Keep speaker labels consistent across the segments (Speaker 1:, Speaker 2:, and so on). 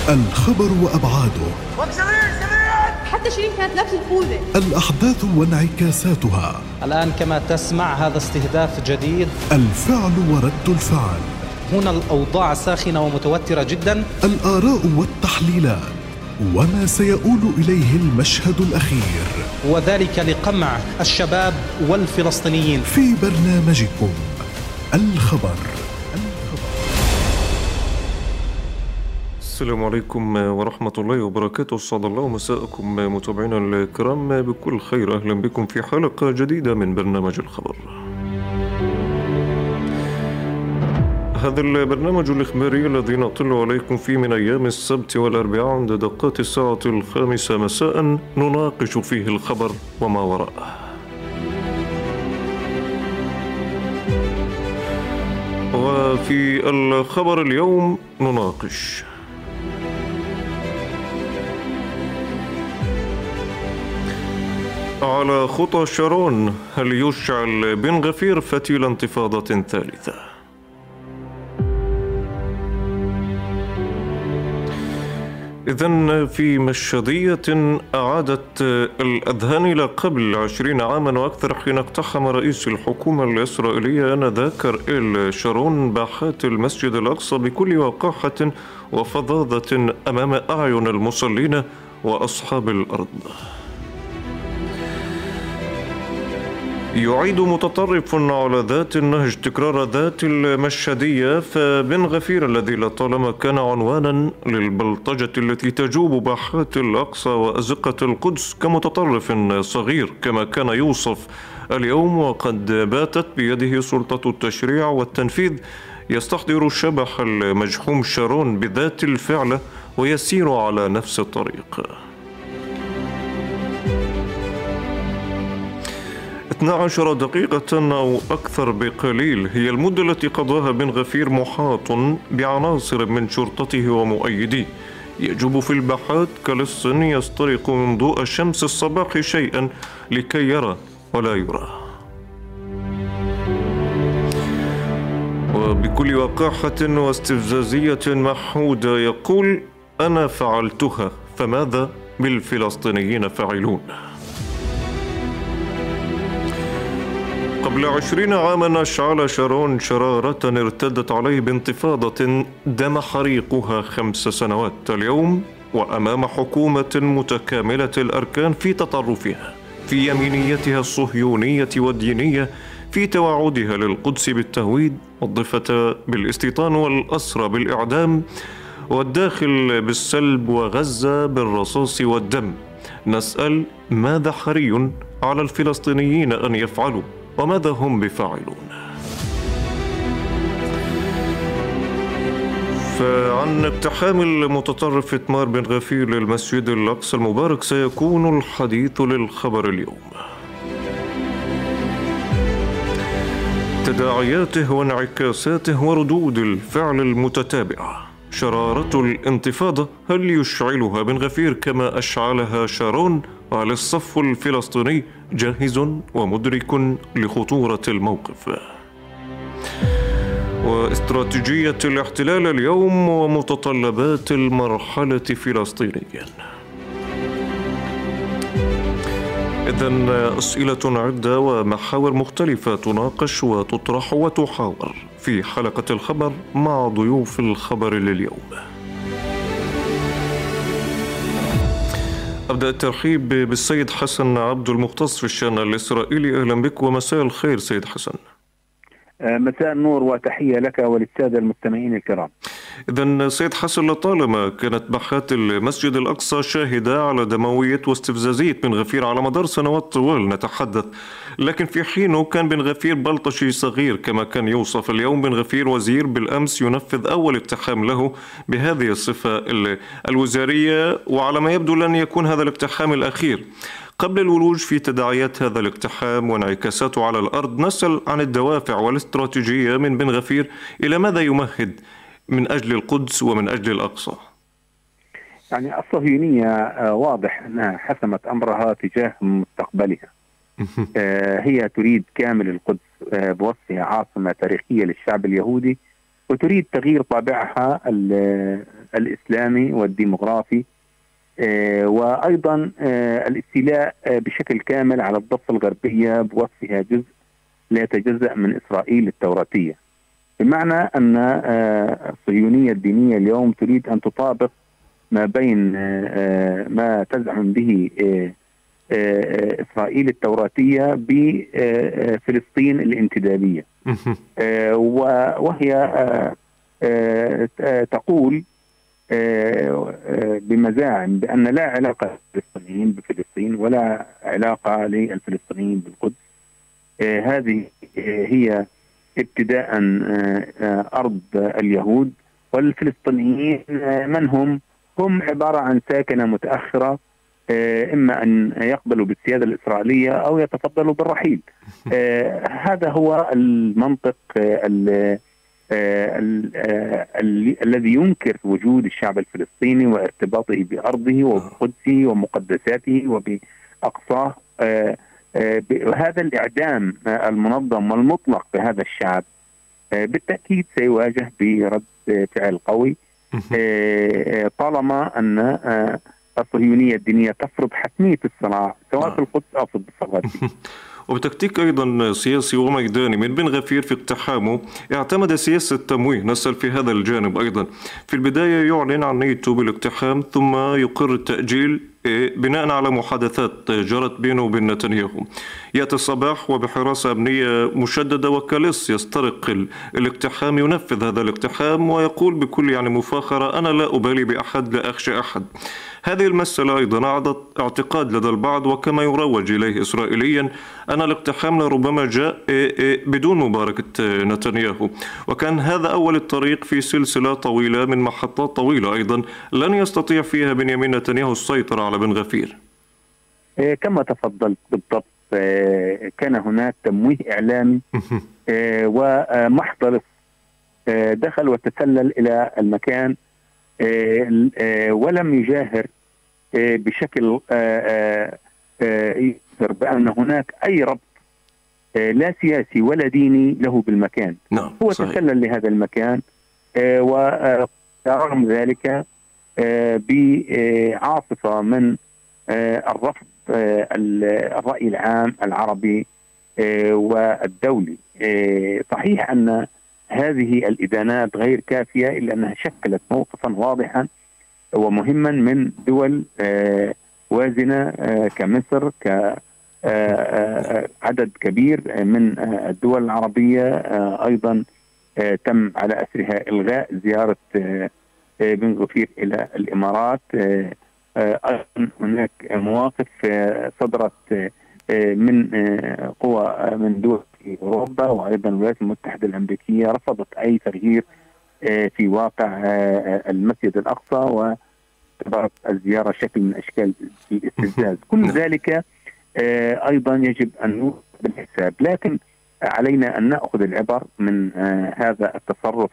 Speaker 1: الخبر وأبعاده،
Speaker 2: حتى شيرين كانت لابسة الخوذة.
Speaker 1: الأحداث وانعكاساتها.
Speaker 3: الآن كما تسمع هذا استهداف جديد.
Speaker 1: الفعل ورد الفعل.
Speaker 3: هنا الأوضاع ساخنة ومتوترة جدا.
Speaker 1: الآراء والتحليلات وما سيؤول إليه المشهد الأخير،
Speaker 3: وذلك لقمع الشباب والفلسطينيين.
Speaker 1: في برنامجكم الخبر.
Speaker 4: السلام عليكم ورحمة الله وبركاته. أسعد الله مساءكم متابعينا الكرام بكل خير. أهلا بكم في حلقة جديدة من برنامج الخبر. هذا البرنامج الإخباري الذي نطل عليكم فيه من أيام السبت والأربعاء عند دقات الساعة 5 مساء نناقش فيه الخبر وما وراءه. وفي الخبر اليوم نناقش على خطى شارون، هل يشعل بن غفير فتيل انتفاضة ثالثة؟ إذن في مشهدية أعادت الأذهان إلى قبل 20 عاما وأكثر، حين اقتحم رئيس الحكومة الإسرائيلية آنذاك أريل شارون باحات المسجد الأقصى بكل وقاحة وفظاظة أمام أعين المصلين وأصحاب الأرض. يعيد متطرف على ذات النهج تكرار ذات المشهدية، فبن غفير الذي لطالما كان عنوانا للبلطجة التي تجوب باحات الأقصى وأزقة القدس كمتطرف صغير كما كان يوصف اليوم، وقد باتت بيده سلطة التشريع والتنفيذ، يستحضر الشبح المجحوم شارون بذات الفعل ويسير على نفس الطريق. 12 دقيقة أو أكثر بقليل هي المدة التي قضاها بن غفير محاط بعناصر من شرطته ومؤيديه، يجوب في الباحات كلص يسترق من ضوء شمس الصباح شيئا لكي يرى ولا يرى. وبكل وقاحة واستفزازية محودة يقول: أنا فعلتها، فماذا بالفلسطينيين فاعلون؟ قبل 20 عاما أشعل شارون شرارة ارتدت عليه بانتفاضة دام حريقها 5 سنوات. اليوم وأمام حكومة متكاملة الأركان في تطرفها، في يمينيتها الصهيونية والدينية، في توعدها للقدس بالتهويد والضفة بالاستيطان والأسرى بالإعدام والداخل بالسلب وغزة بالرصاص والدم، نسأل: ماذا حري على الفلسطينيين أن يفعلوا؟ وماذا هم بفاعلون؟ فعن اقتحام المتطرف إتمار بن غفير للمسجد الأقصى المبارك سيكون الحديث للخبر اليوم. تداعياته وانعكاساته وردود الفعل المتتابعة. شرارة الانتفاضة، هل يشعلها بن غفير كما أشعلها شارون؟ وهل الصف الفلسطيني جاهز ومدرك لخطورة الموقف؟ واستراتيجية الاحتلال اليوم ومتطلبات المرحلة فلسطينيا. إذن أسئلة عدة ومحاور مختلفة تناقش وتطرح وتحاور في حلقة الخبر مع ضيوف الخبر لليوم. أبدأ الترحيب بالسيد حسن عبد المختص في الشأن الإسرائيلي. أهلا بك ومساء الخير سيد حسن.
Speaker 5: مساء النور وتحية لك وللسادة المستمعين الكرام.
Speaker 4: إذن سيد حسن، لطالما كانت باحات المسجد الأقصى شاهدة على دموية واستفزازية بن غفير على مدار سنوات طوال نتحدث، لكن في حينه كان بن غفير بلطجي صغير كما كان يوصف. اليوم بن غفير وزير، بالأمس ينفذ أول اقتحام له بهذه الصفة الوزارية، وعلى ما يبدو لن يكون هذا الاقتحام الأخير. قبل الولوج في تداعيات هذا الاقتحام وانعكاساته على الأرض، نسأل عن الدوافع والاستراتيجية من بن غفير. إلى ماذا يمهد من أجل القدس ومن أجل الأقصى؟
Speaker 5: يعني الصهيونية واضح أنها حسمت أمرها تجاه مستقبلها. هي تريد كامل القدس بوصفها عاصمة تاريخية للشعب اليهودي، وتريد تغيير طابعها الإسلامي والديمغرافي، وأيضا الاستيلاء بشكل كامل على الضفة الغربية بوصفها جزء لا يتجزأ من إسرائيل التوراتية، بمعنى أن الصهيونية الدينية اليوم تريد أن تطابق ما بين ما تزعم به إسرائيل التوراتية بفلسطين الانتدابية، وهي تقول بمزاعم بأن لا علاقة للفلسطينيين بفلسطين ولا علاقة للفلسطينيين بالقدس. هذه هي ابتداء أرض اليهود، والفلسطينيين من هم عبارة عن ساكنة متأخرة، إما أن يقبلوا بالسيادة الإسرائيلية أو يتفضلوا بالرحيل. هذا هو المنطق الذي ينكر وجود الشعب الفلسطيني وارتباطه بأرضه وبقدسه ومقدساته وبأقصاه. وهذا الإعدام المنظم والمطلق بهذا الشعب بالتأكيد سيواجه برد فعل قوي، طالما أن الصهيونية الدينية تفرض حتمية الصراع سواء في القدس أو في الضفة الغربية.
Speaker 4: وبتكتيك أيضا سياسي وميداني من بن غفير في اقتحامه اعتمد سياسة تمويه. نسأل في هذا الجانب أيضا. في البداية يعلن عن نيته بالاقتحام، ثم يقر التأجيل بناء على محادثات جرت بينه وبين نتنياهو. يأتي الصباح وبحراسة أمنية مشددة وكاليس يسترق الاقتحام، ينفذ هذا الاقتحام ويقول بكل مفاخرة: أنا لا أبالي بأحد، لا أخشى أحد. هذه المسألة أيضا أعطت اعتقاد لدى البعض، وكما يروج إليه إسرائيليا أن الاقتحام لربما جاء بدون مباركة نتنياهو، وكان هذا أول الطريق في سلسلة طويلة من محطات طويلة أيضا لن يستطيع فيها بنيامين نتنياهو السيطرة على بن غفير.
Speaker 5: كما تفضلت بالضبط، كان هناك تمويه إعلامي ومحضر دخل وتسلل إلى المكان ولم يجاهر بشكل يظهر بأن هناك أي ربط لا سياسي ولا ديني له بالمكان. هو صحيح. تسلل لهذا المكان ورغم ذلك بعاصفة من الرفض الرأي العام العربي والدولي. صحيح أن هذه الإدانات غير كافية، إلا أنها شكلت موقفا واضحا ومهما من دول وازنة كمصر، كعدد كبير من الدول العربية أيضا تم على أثرها إلغاء زيارة بن غفير إلى الإمارات. أيضا هناك مواقف صدرت من قوى من دول في أوروبا وأيضا الولايات المتحدة الأمريكية رفضت أي تغيير في واقع المسجد الأقصى، واعتبرت الزيارة شكل من أشكال الاستفزاز. كل ذلك أيضا يجب أن نوضع بالحساب، لكن علينا أن نأخذ العبر من هذا التصرف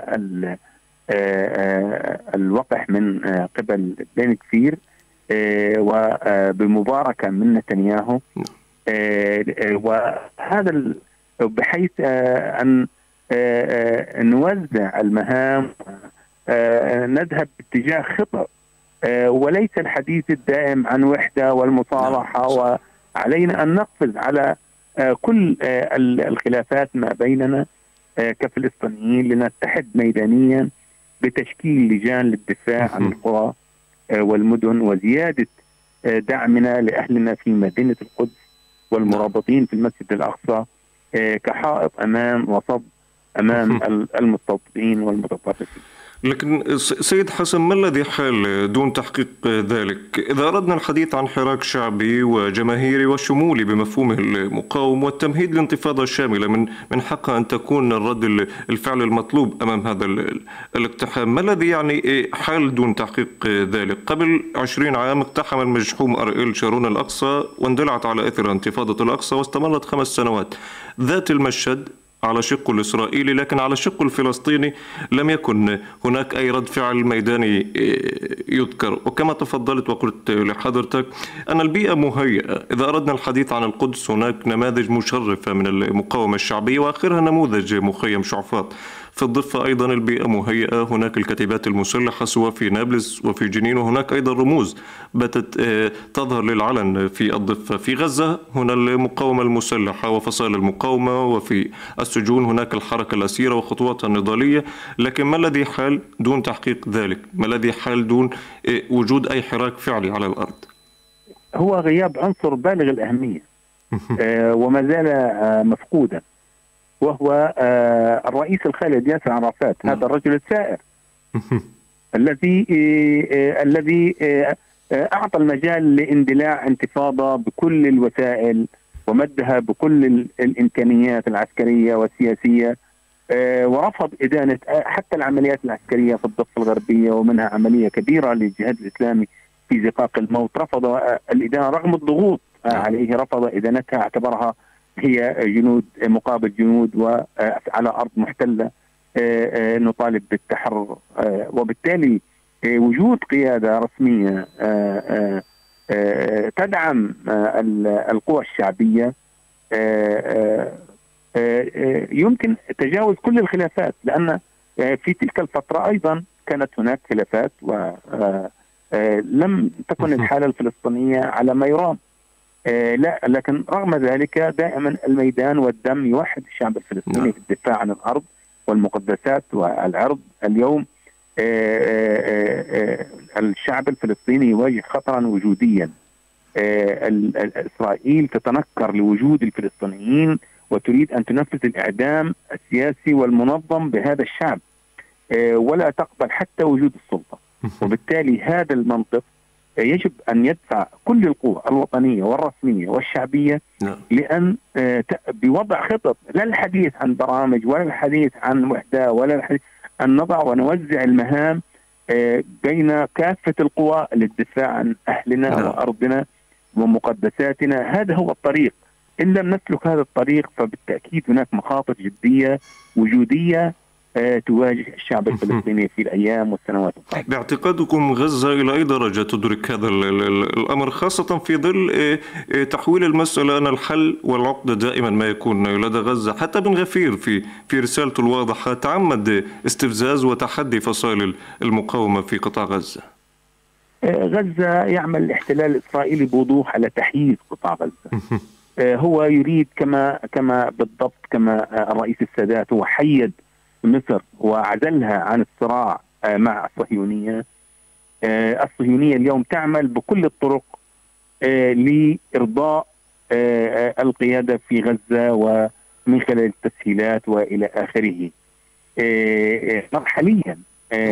Speaker 5: الوقح من قبل بن غفير وبمباركة من نتنياهو، وهذا بحيث أن نوزع المهام، نذهب باتجاه خطر وليس الحديث الدائم عن وحدة والمصالحة. وعلينا أن نقفز على كل الخلافات ما بيننا كفلسطينيين لنتحد ميدانيا بتشكيل لجان للدفاع عن القرى والمدن، وزيادة دعمنا لأهلنا في مدينة القدس والمرابطين في المسجد الأقصى كحائط أمام وصد أمام المستوطنين والمتطرفين.
Speaker 4: لكن سيد حسن، ما الذي حال دون تحقيق ذلك؟ إذا أردنا الحديث عن حراك شعبي وجماهيري وشمولي بمفهومه المقاوم والتمهيد لانتفاضة شاملة من حقها أن تكون الرد الفعل المطلوب أمام هذا الاقتحام، ما الذي حال دون تحقيق ذلك؟ قبل 20 عام اقتحم المجحوم أرائيل شارون الأقصى واندلعت على أثر انتفاضة الأقصى واستمرت 5 سنوات. ذات المشهد على شقه الإسرائيلي، لكن على شقه الفلسطيني لم يكن هناك أي رد فعل ميداني يذكر. وكما تفضلت وقلت لحضرتك أن البيئة مهيئة. إذا أردنا الحديث عن القدس هناك نماذج مشرفة من المقاومة الشعبية، وآخرها نموذج مخيم شعفاط. في الضفة أيضا البيئة مهيئة، هناك الكتيبات المسلحة سواء في نابلس وفي جنين، وهناك أيضا رموز باتت تظهر للعلن في الضفة. في غزة هنا المقاومة المسلحة وفصائل المقاومة، وفي السجون هناك الحركة الأسيرة وخطواتها النضالية. لكن ما الذي حال دون تحقيق ذلك؟ ما الذي حال دون وجود أي حراك فعلي على الأرض؟
Speaker 5: هو غياب عنصر بالغ الأهمية وما زال مفقودا، وهو الرئيس الخالد ياسر عرفات، هذا الرجل الثائر الذي أعطى المجال لاندلاع انتفاضة بكل الوسائل ومدها بكل الإمكانيات العسكرية والسياسية، ورفض إدانة حتى العمليات العسكرية في الضفة الغربية، ومنها عملية كبيرة للجهاد الإسلامي في زقاق الموت. رفض الإدانة رغم الضغوط عليه، رفض إدانتها، اعتبرها هي جنود مقابل جنود وعلى أرض محتلة نطالب بالتحرر. وبالتالي وجود قيادة رسمية تدعم القوى الشعبية يمكن تجاوز كل الخلافات، لأن في تلك الفترة أيضا كانت هناك خلافات ولم تكن الحالة الفلسطينية على ما يرام. لا، لكن رغم ذلك دائما الميدان والدم يوحد الشعب الفلسطيني في الدفاع عن الأرض والمقدسات والعرض. اليوم الشعب الفلسطيني يواجه خطرا وجوديا. إسرائيل تتنكر لوجود الفلسطينيين وتريد أن تنفذ الإعدام السياسي والمنظم بهذا الشعب، ولا تقبل حتى وجود السلطة. وبالتالي هذا المنطق يجب أن يدفع كل القوى الوطنية والرسمية والشعبية لأن بوضع خطط، لا الحديث عن برامج ولا الحديث عن وحدة ولا الحديث أن نضع ونوزع المهام بين كافة القوى للدفاع عن أهلنا وأرضنا ومقدساتنا. هذا هو الطريق. إن لم نسلك هذا الطريق فبالتأكيد هناك مخاطر جدية وجودية تواجه الشعب الفلسطيني في الأيام والسنوات القادمة.
Speaker 4: باعتقادكم غزة إلى أي درجة تدرك هذا الأمر، خاصة في ظل تحويل المسألة أن الحل والعقد دائما ما يكون لدى غزة؟ حتى بن غفير في رسالته الواضحة تعمد استفزاز وتحدي فصائل المقاومة في قطاع غزة.
Speaker 5: غزة يعمل الاحتلال الإسرائيلي بوضوح على تحييز قطاع غزة. هو يريد كما بالضبط كما الرئيس السادات هو حيد مصر وعزلها عن الصراع مع الصهيونية. الصهيونية اليوم تعمل بكل الطرق لإرضاء القيادة في غزة ومن خلال التسهيلات وإلى آخره، مرحليا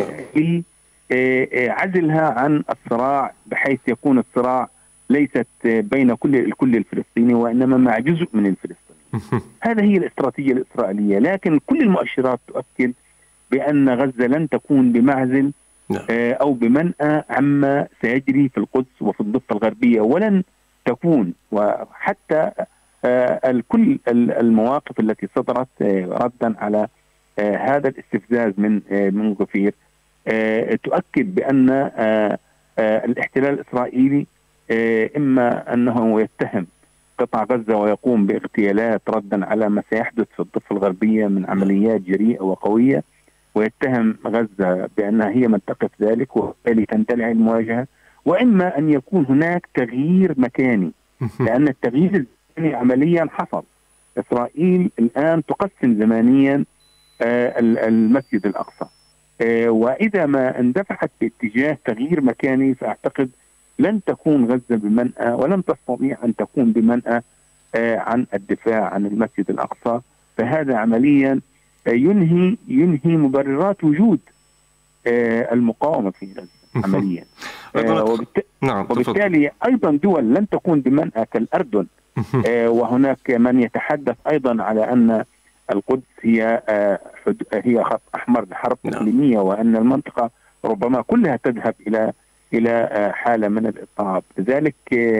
Speaker 5: لعزلها عن الصراع، بحيث يكون الصراع ليست بين كل الفلسطيني وإنما مع جزء من الفلسطيني. هذه هي الاستراتيجية الإسرائيلية، لكن كل المؤشرات تؤكد بأن غزة لن تكون بمعزل أو بمنأى عما سيجري في القدس وفي الضفة الغربية، ولن تكون. وحتى كل المواقف التي صدرت ردا على هذا الاستفزاز من غفير تؤكد بأن الاحتلال الإسرائيلي إما أنه يتهم قطاع غزة ويقوم باغتيالات ردا على ما سيحدث في الضفة الغربية من عمليات جريئة وقوية، ويتهم غزة بأنها هي من تقف ذلك وبالتالي تندلع المواجهة، وإما أن يكون هناك تغيير مكاني، لأن التغيير الزمني عمليا حصل. إسرائيل الآن تقسم زمانيا المسجد الأقصى، وإذا ما اندفعت باتجاه تغيير مكاني فأعتقد لن تكون غزة بمنأى ولن تستطيع أن تكون بمنأى عن الدفاع عن المسجد الأقصى. فهذا عمليا ينهي مبررات وجود المقاومة في غزة عمليا. وبالتالي أيضا دول لن تكون بمنأى كالأردن، وهناك من يتحدث أيضا على أن القدس هي خط أحمر لحرب إقليمية، وأن المنطقة ربما كلها تذهب إلى حالة من الاضطراب. لذلك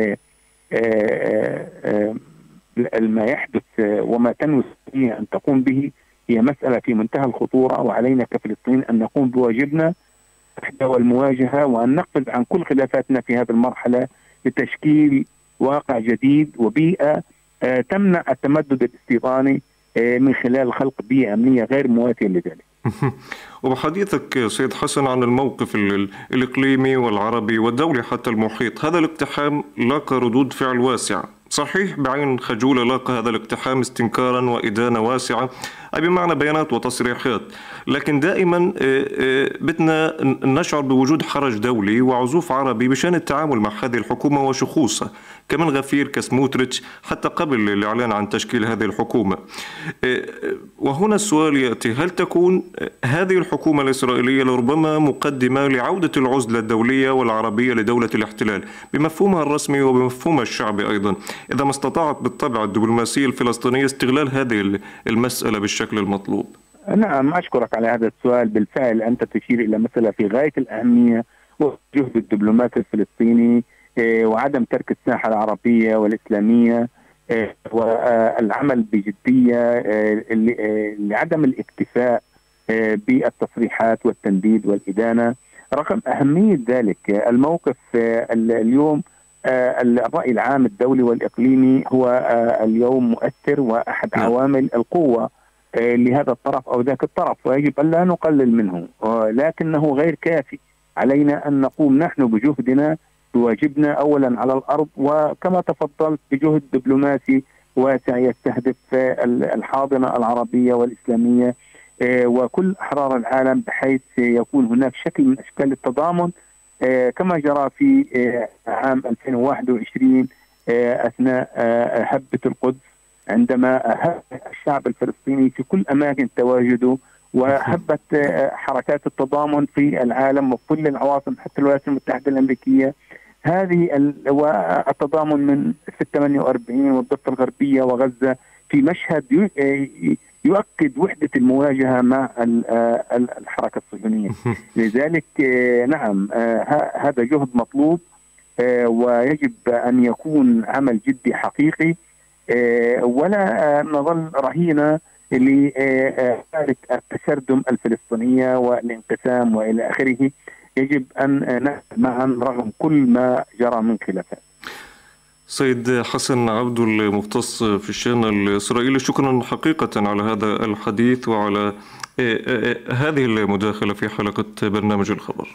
Speaker 5: ما يحدث وما تنوي أن تقوم به هي مسألة في منتهى الخطورة، وعلينا كفلسطين أن نقوم بواجبنا والمواجهة، وأن نقفز عن كل خلافاتنا في هذه المرحلة لتشكيل واقع جديد وبيئة تمنع التمدد الاستيطاني من خلال خلق بيئة أمنية غير مواتية لذلك.
Speaker 4: وبحديثك سيد حسن عن الموقف الإقليمي والعربي والدولي حتى المحيط، هذا الاقتحام لاقى ردود فعل واسعة. صحيح بعين خجولة لاقى هذا الاقتحام استنكارا وإدانة واسعة، أي بمعنى بيانات وتصريحات، لكن دائما بدنا نشعر بوجود حرج دولي وعزوف عربي بشأن التعامل مع هذه الحكومة وشخوصها، كمن غفير كسموتريتش حتى قبل الإعلان عن تشكيل هذه الحكومة. وهنا السؤال يأتي: هل تكون هذه الحكومة الإسرائيلية لربما مقدمة لعودة العزلة الدولية والعربية لدولة الاحتلال بمفهومها الرسمي وبمفهومها الشعبي أيضا، إذا ما استطاعت بالطبع الدبلوماسية الفلسطينية استغلال هذه المسألة بالشكل المطلوب؟
Speaker 5: نعم، أشكرك على هذا السؤال. بالفعل أنت تشير إلى مسألة في غاية الأهمية، وجهد الدبلوماسي الفلسطيني وعدم ترك الساحة العربية والإسلامية والعمل بجدية لعدم الاكتفاء بالتصريحات والتنديد والإدانة. رغم أهمية ذلك الموقف اليوم الرأي العام الدولي والإقليمي هو اليوم مؤثر وأحد عوامل القوة لهذا الطرف أو ذاك الطرف، ويجب أن لا نقلل منه، لكنه غير كافي. علينا أن نقوم نحن بجهدنا بواجبنا أولا على الأرض، وكما تفضلت بجهد دبلوماسي واسع يستهدف الحاضنة العربية والإسلامية وكل أحرار العالم، بحيث يكون هناك شكل من أشكال التضامن كما جرى في عام 2021 أثناء هبة القدس، عندما هب الشعب الفلسطيني في كل أماكن تواجده وهبت حركات التضامن في العالم وكل العواصم حتى الولايات المتحدة الأمريكية. هذه التضامن من في 48 والضفة الغربية وغزة في مشهد يؤكد وحدة المواجهة مع الحركة الصهيونية. لذلك نعم، هذا جهد مطلوب ويجب أن يكون عمل جدي حقيقي، ولا نظل رهينة لذلك التشرذم الفلسطينية والانقسام وإلى آخره. يجب أن نعمل معا رغم كل ما جرى من خلافات.
Speaker 4: سيد حسن عبد المختص في الشأن الإسرائيلي، شكرا حقيقة على هذا الحديث وعلى هذه المداخلة في حلقة برنامج الخبر.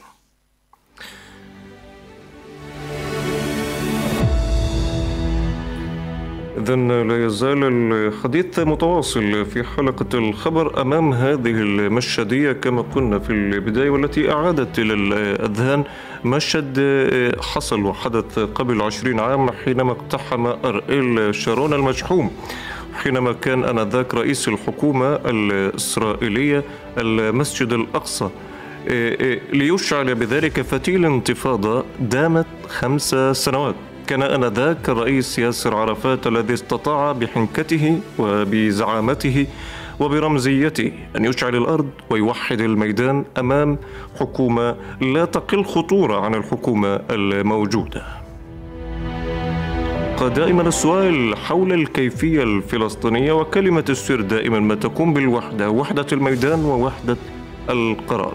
Speaker 4: إذن لا يزال الحديث متواصل في حلقة الخبر أمام هذه المشهدية كما قلنا في البداية، والتي أعادت إلى الأذهان مشهد حصل وحدث قبل 20 عام حينما اقتحم أريل شارون المجحوم، حينما كان آنذاك رئيس الحكومة الإسرائيلية المسجد الأقصى، ليشعل بذلك فتيل انتفاضة دامت 5 سنوات. كان آنذاك الرئيس ياسر عرفات الذي استطاع بحنكته وبزعامته وبرمزيته أن يشعل الأرض ويوحد الميدان أمام حكومة لا تقل خطورة عن الحكومة الموجودة. دائما السؤال حول الكيفية الفلسطينية، وكلمة السر دائما ما تكون بالوحدة، وحدة الميدان ووحدة القرار.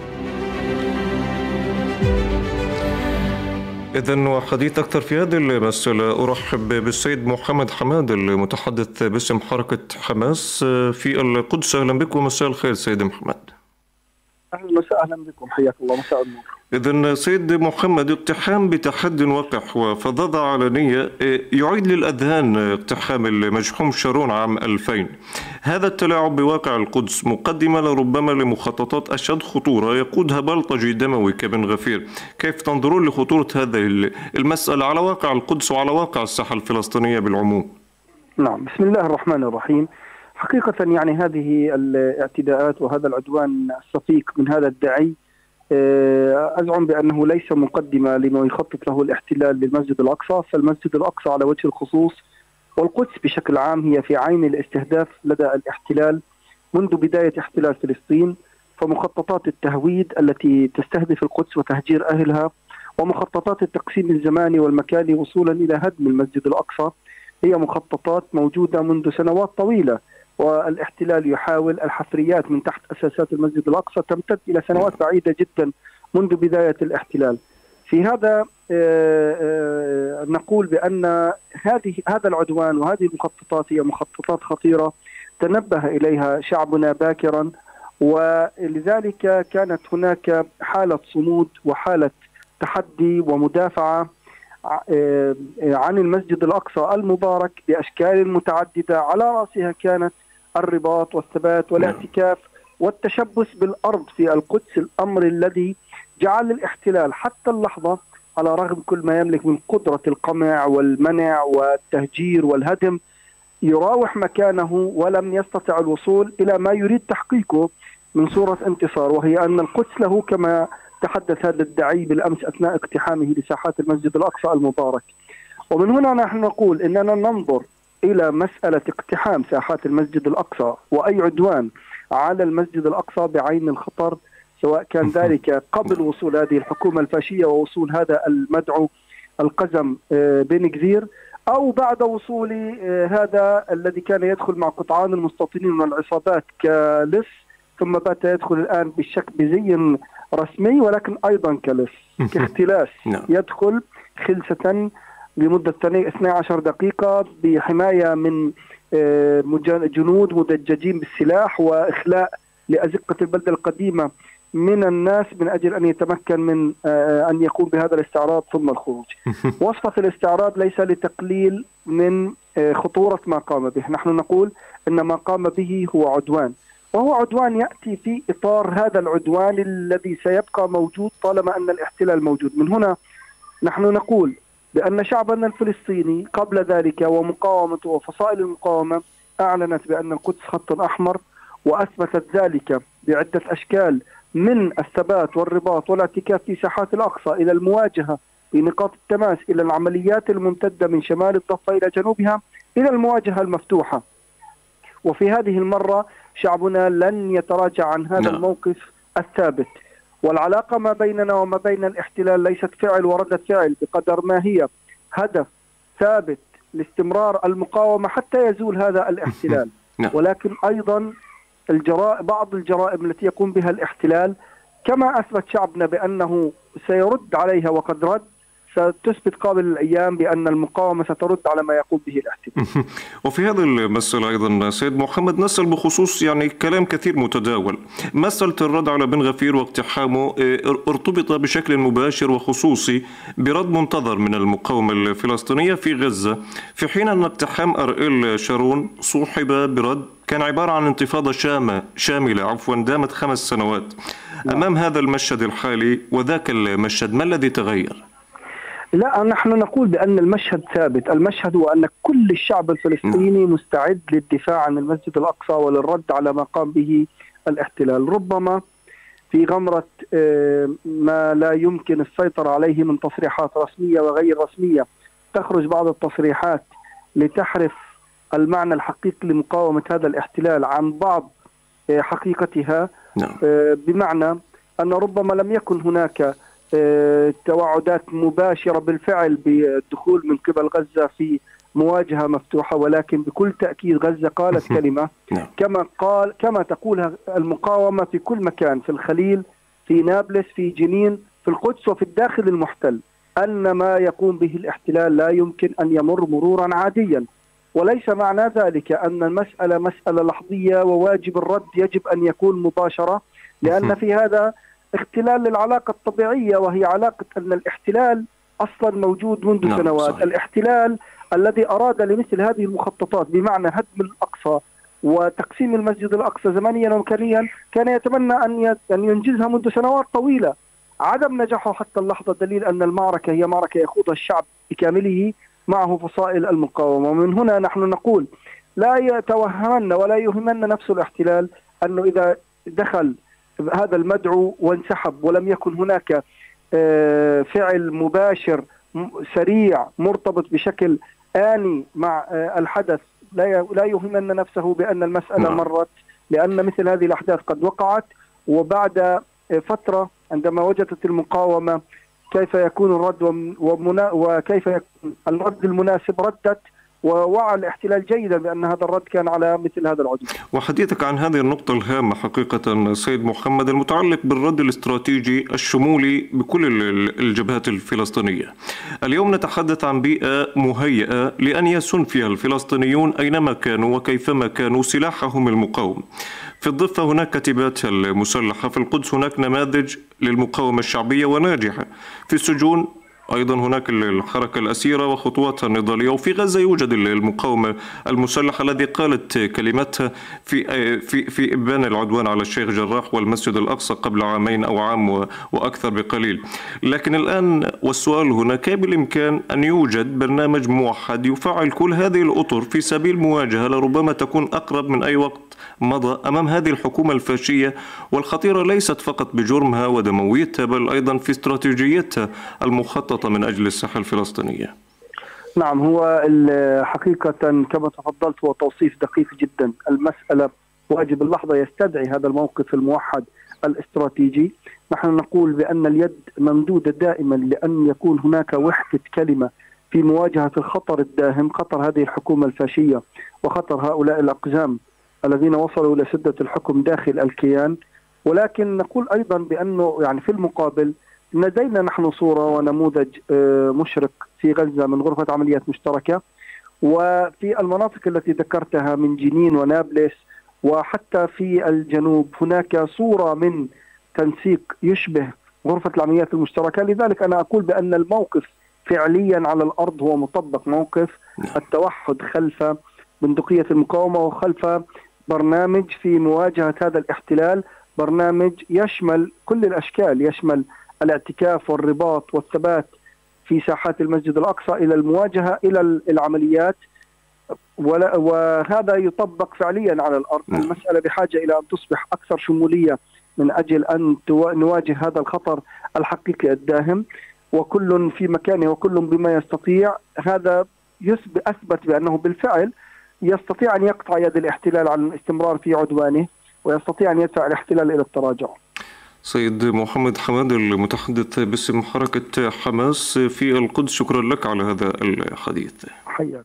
Speaker 4: إذن وحديث أكثر في هذه المسألة أرحب بالسيد محمد حماد المتحدث باسم حركة حماس في القدس. أهلا بك ومساء الخير سيد محمد.
Speaker 6: أهلا بكم، حياك الله، مساء النور.
Speaker 4: إذن سيد محمد، اقتحام بتحد وقح وفظاظة علنية يعيد للأذهان اقتحام المجحوم شارون عام 2000. هذا التلاعب بواقع القدس مقدمة لربما لمخططات أشد خطورة يقودها بلطجي دموي كابن غفير. كيف تنظرون لخطورة هذه المسألة على واقع القدس وعلى واقع الساحة الفلسطينية بالعموم؟
Speaker 6: نعم، بسم الله الرحمن الرحيم. حقيقة يعني هذه الاعتداءات وهذا العدوان الصفيق من هذا الداعي أزعم بأنه ليس مقدمة لما يخطط له الاحتلال للمسجد الأقصى، فالمسجد الأقصى على وجه الخصوص والقدس بشكل عام هي في عين الاستهداف لدى الاحتلال منذ بداية احتلال فلسطين. فمخططات التهويد التي تستهدف القدس وتهجير أهلها، ومخططات التقسيم الزماني والمكاني وصولا إلى هدم المسجد الأقصى، هي مخططات موجودة منذ سنوات طويلة، والاحتلال يحاول الحفريات من تحت أساسات المسجد الأقصى تمتد إلى سنوات بعيدة جدا منذ بداية الاحتلال. في هذا نقول بأن هذا العدوان وهذه المخططات هي مخططات خطيرة تنبه إليها شعبنا باكرا، ولذلك كانت هناك حالة صمود وحالة تحدي ومدافعة عن المسجد الأقصى المبارك بأشكال متعددة، على رأسها كانت الرباط والثبات والاعتكاف والتشبث بالأرض في القدس، الأمر الذي جعل الاحتلال حتى اللحظة على رغم كل ما يملك من قدرة القمع والمنع والتهجير والهدم يراوح مكانه، ولم يستطع الوصول إلى ما يريد تحقيقه من صورة انتصار، وهي أن القدس له كما تحدث هذا الداعي بالأمس أثناء اقتحامه لساحات المسجد الأقصى المبارك. ومن هنا نحن نقول إننا ننظر إلى مسألة اقتحام ساحات المسجد الأقصى وأي عدوان على المسجد الأقصى بعين الخطر، سواء كان ذلك قبل وصول هذه الحكومة الفاشية ووصول هذا المدعو القزم بن جزير، أو بعد وصول هذا الذي كان يدخل مع قطعان المستوطنين من العصابات كلص، ثم بات يدخل الآن بزي رسمي ولكن أيضا كلص كاختلاس، يدخل خلسة لمدة 12 دقيقة بحماية من جنود مدججين بالسلاح وإخلاء لأزقة البلدة القديمة من الناس من أجل أن يتمكن من أن يقوم بهذا الاستعراض ثم الخروج. وصفة الاستعراض ليس لتقليل من خطورة ما قام به، نحن نقول أن ما قام به هو عدوان، وهو عدوان يأتي في إطار هذا العدوان الذي سيبقى موجود طالما أن الاحتلال موجود. من هنا نحن نقول بأن شعبنا الفلسطيني قبل ذلك ومقاومته وفصائل المقاومة أعلنت بأن القدس خط أحمر، وأثبتت ذلك بعدة أشكال من الثبات والرباط والاعتكاف في ساحات الأقصى إلى المواجهة بنقاط التماس، إلى العمليات الممتدة من شمال الضفة إلى جنوبها، إلى المواجهة المفتوحة. وفي هذه المرة شعبنا لن يتراجع عن هذا الموقف الثابت، والعلاقة ما بيننا وما بين الاحتلال ليست فعل وردة فعل بقدر ما هي هدف ثابت لاستمرار المقاومة حتى يزول هذا الاحتلال. ولكن أيضا بعض الجرائم التي يقوم بها الاحتلال كما أثبت شعبنا بأنه سيرد عليها وقد رد، ستثبت قابل الأيام بأن المقاومة سترد على ما يقوم به الاحتلال.
Speaker 4: وفي هذا المسألة أيضا سيد محمد نسأل بخصوص كلام كثير متداول، مسألة الرد على بن غفير واقتحامه ارتبط بشكل مباشر وخصوصي برد منتظر من المقاومة الفلسطينية في غزة، في حين أن اقتحام أرئيل شارون صوحب برد كان عبارة عن انتفاضة شاملة دامت 5 سنوات. أمام هذا المشهد الحالي وذاك المشهد ما الذي تغير؟
Speaker 6: لا، نحن نقول بأن المشهد ثابت. المشهد هو أن كل الشعب الفلسطيني مستعد للدفاع عن المسجد الأقصى وللرد على ما قام به الاحتلال، ربما في غمرة ما لا يمكن السيطرة عليه من تصريحات رسمية وغير رسمية. تخرج بعض التصريحات لتحرف المعنى الحقيقي لمقاومة هذا الاحتلال عن بعض حقيقتها، بمعنى أن ربما لم يكن هناك توعدات مباشرة بالفعل بالدخول من قبل غزة في مواجهة مفتوحة، ولكن بكل تأكيد غزة قالت كلمة كما تقولها المقاومة في كل مكان، في الخليل، في نابلس، في جنين، في القدس، وفي الداخل المحتل، أن ما يقوم به الاحتلال لا يمكن أن يمر مرورا عاديا. وليس معنى ذلك أن المسألة مسألة لحظية وواجب الرد يجب أن يكون مباشرة، لأن في هذا اختلال للعلاقة الطبيعية، وهي علاقة أن الاحتلال أصلا موجود منذ سنوات. صحيح. الاحتلال الذي أراد لمثل هذه المخططات بمعنى هدم الأقصى وتقسيم المسجد الأقصى زمنيا ومكانيا كان يتمنى أن ينجزها منذ سنوات طويلة. عدم نجاحه حتى اللحظة دليل أن المعركة هي معركة يخوضها الشعب بكامله معه فصائل المقاومة. ومن هنا نحن نقول لا يتوهمن ولا يهمن نفس الاحتلال أنه إذا دخل هذا المدعو وانسحب ولم يكن هناك فعل مباشر سريع مرتبط بشكل آني مع الحدث، لا يهمن نفسه بأن المسألة مرت، لأن مثل هذه الأحداث قد وقعت، وبعد فترة عندما وجدت المقاومة كيف يكون الرد وكيف يكون الرد المناسب ردت، ووعى الاحتلال جيدا بأن هذا الرد كان على مثل هذا العدوان.
Speaker 4: وحديثك عن هذه النقطة الهامة حقيقة سيد محمد المتعلق بالرد الاستراتيجي الشمولي بكل الجبهات الفلسطينية. اليوم نتحدث عن بيئة مهيئة لأن يسن فيها الفلسطينيون أينما كانوا وكيفما كانوا سلاحهم المقاوم. في الضفة هناك كتيبات المسلحة، في القدس هناك نماذج للمقاومة الشعبية وناجحة، في السجون أيضا هناك الحركة الأسيرة وخطواتها النضالية، وفي غزة يوجد المقاومة المسلحة الذي قالت كلمتها في إبان العدوان على الشيخ جراح والمسجد الأقصى قبل عامين أو عام وأكثر بقليل. لكن الآن والسؤال هنا، كيف بالإمكان أن يوجد برنامج موحد يفعل كل هذه الأطر في سبيل مواجهة لربما تكون أقرب من أي وقت مضى أمام هذه الحكومة الفاشية والخطيرة، ليست فقط بجرمها ودمويتها بل أيضا في استراتيجيتها المخططة من أجل الساحة الفلسطينية؟
Speaker 6: نعم، هو حقيقة كما تفضلت هو توصيف دقيق جدا. المسألة واجب اللحظة يستدعي هذا الموقف الموحد الاستراتيجي. نحن نقول بأن اليد ممدودة دائما لأن يكون هناك وحدة كلمة في مواجهة الخطر الداهم، خطر هذه الحكومة الفاشية وخطر هؤلاء الأقزام الذين وصلوا إلى سدة الحكم داخل الكيان. ولكن نقول أيضا بأنه يعني في المقابل لدينا نحن صورة ونموذج مشرق في غزة من غرفة عمليات مشتركة، وفي المناطق التي ذكرتها من جنين ونابلس وحتى في الجنوب هناك صورة من تنسيق يشبه غرفة العمليات المشتركة. لذلك أنا أقول بأن الموقف فعليا على الأرض هو مطبق موقف التوحد خلف بندقية المقاومة وخلف برنامج في مواجهة هذا الاحتلال، برنامج يشمل كل الأشكال، يشمل الاعتكاف والرباط والثبات في ساحات المسجد الأقصى إلى المواجهة إلى العمليات، وهذا يطبق فعليا على الأرض. المسألة بحاجة إلى أن تصبح أكثر شمولية من أجل أن نواجه هذا الخطر الحقيقي الداهم، وكل في مكانه وكل بما يستطيع. هذا أثبت بأنه بالفعل يستطيع أن يقطع يد الاحتلال عن الاستمرار في عدوانه ويستطيع أن يدفع الاحتلال إلى التراجع.
Speaker 4: سيد محمد حماد المتحدث باسم حركة حماس في القدس، شكرا لك على هذا الحديث.
Speaker 6: حياك.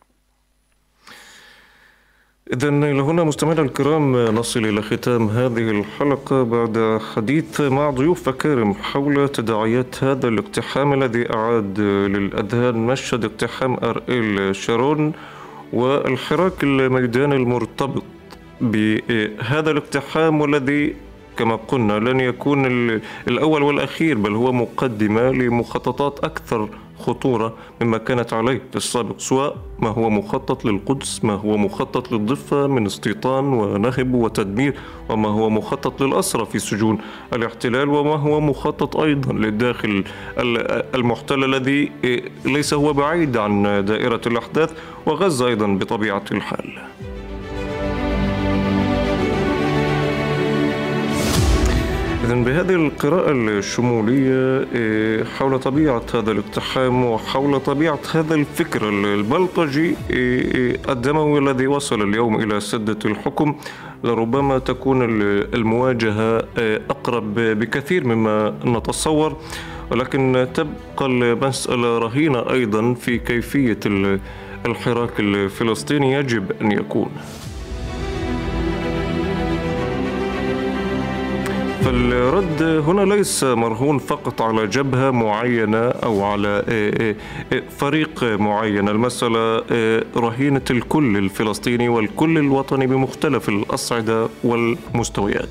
Speaker 4: إذن إلى هنا مستمعينا الكرام نصل إلى ختام هذه الحلقة بعد حديث مع ضيوف أكارم حول تداعيات هذا الاقتحام الذي أعاد للأذهان مشهد اقتحام أريل شارون والحراك الميداني المرتبط بهذا الاقتحام، والذي كما قلنا لن يكون الأول والأخير بل هو مقدمة لمخططات أكثر خطورة مما كانت عليه في السابق، سواء ما هو مخطط للقدس، ما هو مخطط للضفة من استيطان ونهب وتدمير، وما هو مخطط للأسرى في سجون الاحتلال، وما هو مخطط أيضا للداخل المحتل الذي ليس هو بعيد عن دائرة الأحداث، وغزة أيضا بطبيعة الحال. إذن بهذه القراءة الشمولية حول طبيعة هذا الاقتحام وحول طبيعة هذا الفكر البلطجي الدموي الذي وصل اليوم إلى سدة الحكم، لربما تكون المواجهة أقرب بكثير مما نتصور، ولكن تبقى المسألة رهينة أيضا في كيفية الحراك الفلسطيني يجب أن يكون. فالرد هنا ليس مرهون فقط على جبهة معينة أو على فريق معين، المسألة رهينة الكل الفلسطيني والكل الوطني بمختلف الأصعدة والمستويات.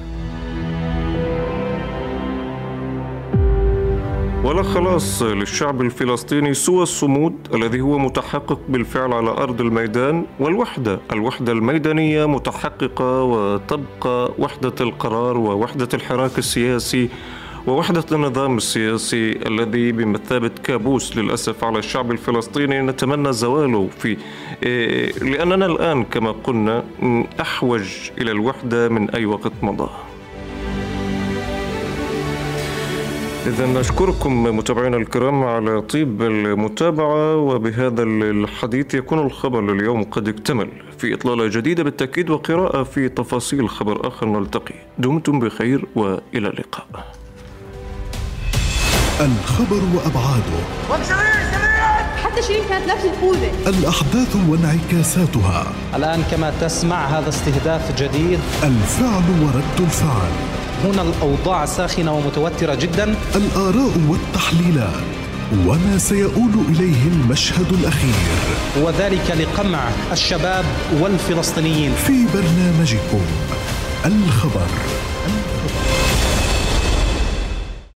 Speaker 4: ولا خلاص للشعب الفلسطيني سوى الصمود الذي هو متحقق بالفعل على أرض الميدان، والوحدة الميدانية متحققة، وتبقى وحدة القرار ووحدة الحراك السياسي ووحدة النظام السياسي الذي بمثابة كابوس للأسف على الشعب الفلسطيني نتمنى زواله لأننا الآن كما قلنا أحوج إلى الوحدة من أي وقت مضى. إذن أشكركم متابعينا الكرام على طيب المتابعة، وبهذا الحديث يكون الخبر اليوم قد اكتمل. في إطلالة جديدة بالتأكيد وقراءة في تفاصيل خبر آخر نلتقي. دمتم بخير وإلى اللقاء.
Speaker 1: الخبر وأبعاده،
Speaker 2: حتى شيرين كانت نفس القوة.
Speaker 1: الأحداث وانعكاساتها.
Speaker 3: الآن كما تسمع هذا استهداف جديد.
Speaker 1: الفعل ورد الفعل.
Speaker 3: هنا الأوضاع ساخنة ومتوترة جدا.
Speaker 1: الآراء والتحليلات وما سيؤول إليه المشهد الأخير،
Speaker 3: وذلك لقمع الشباب والفلسطينيين
Speaker 1: في برنامجكم الخبر.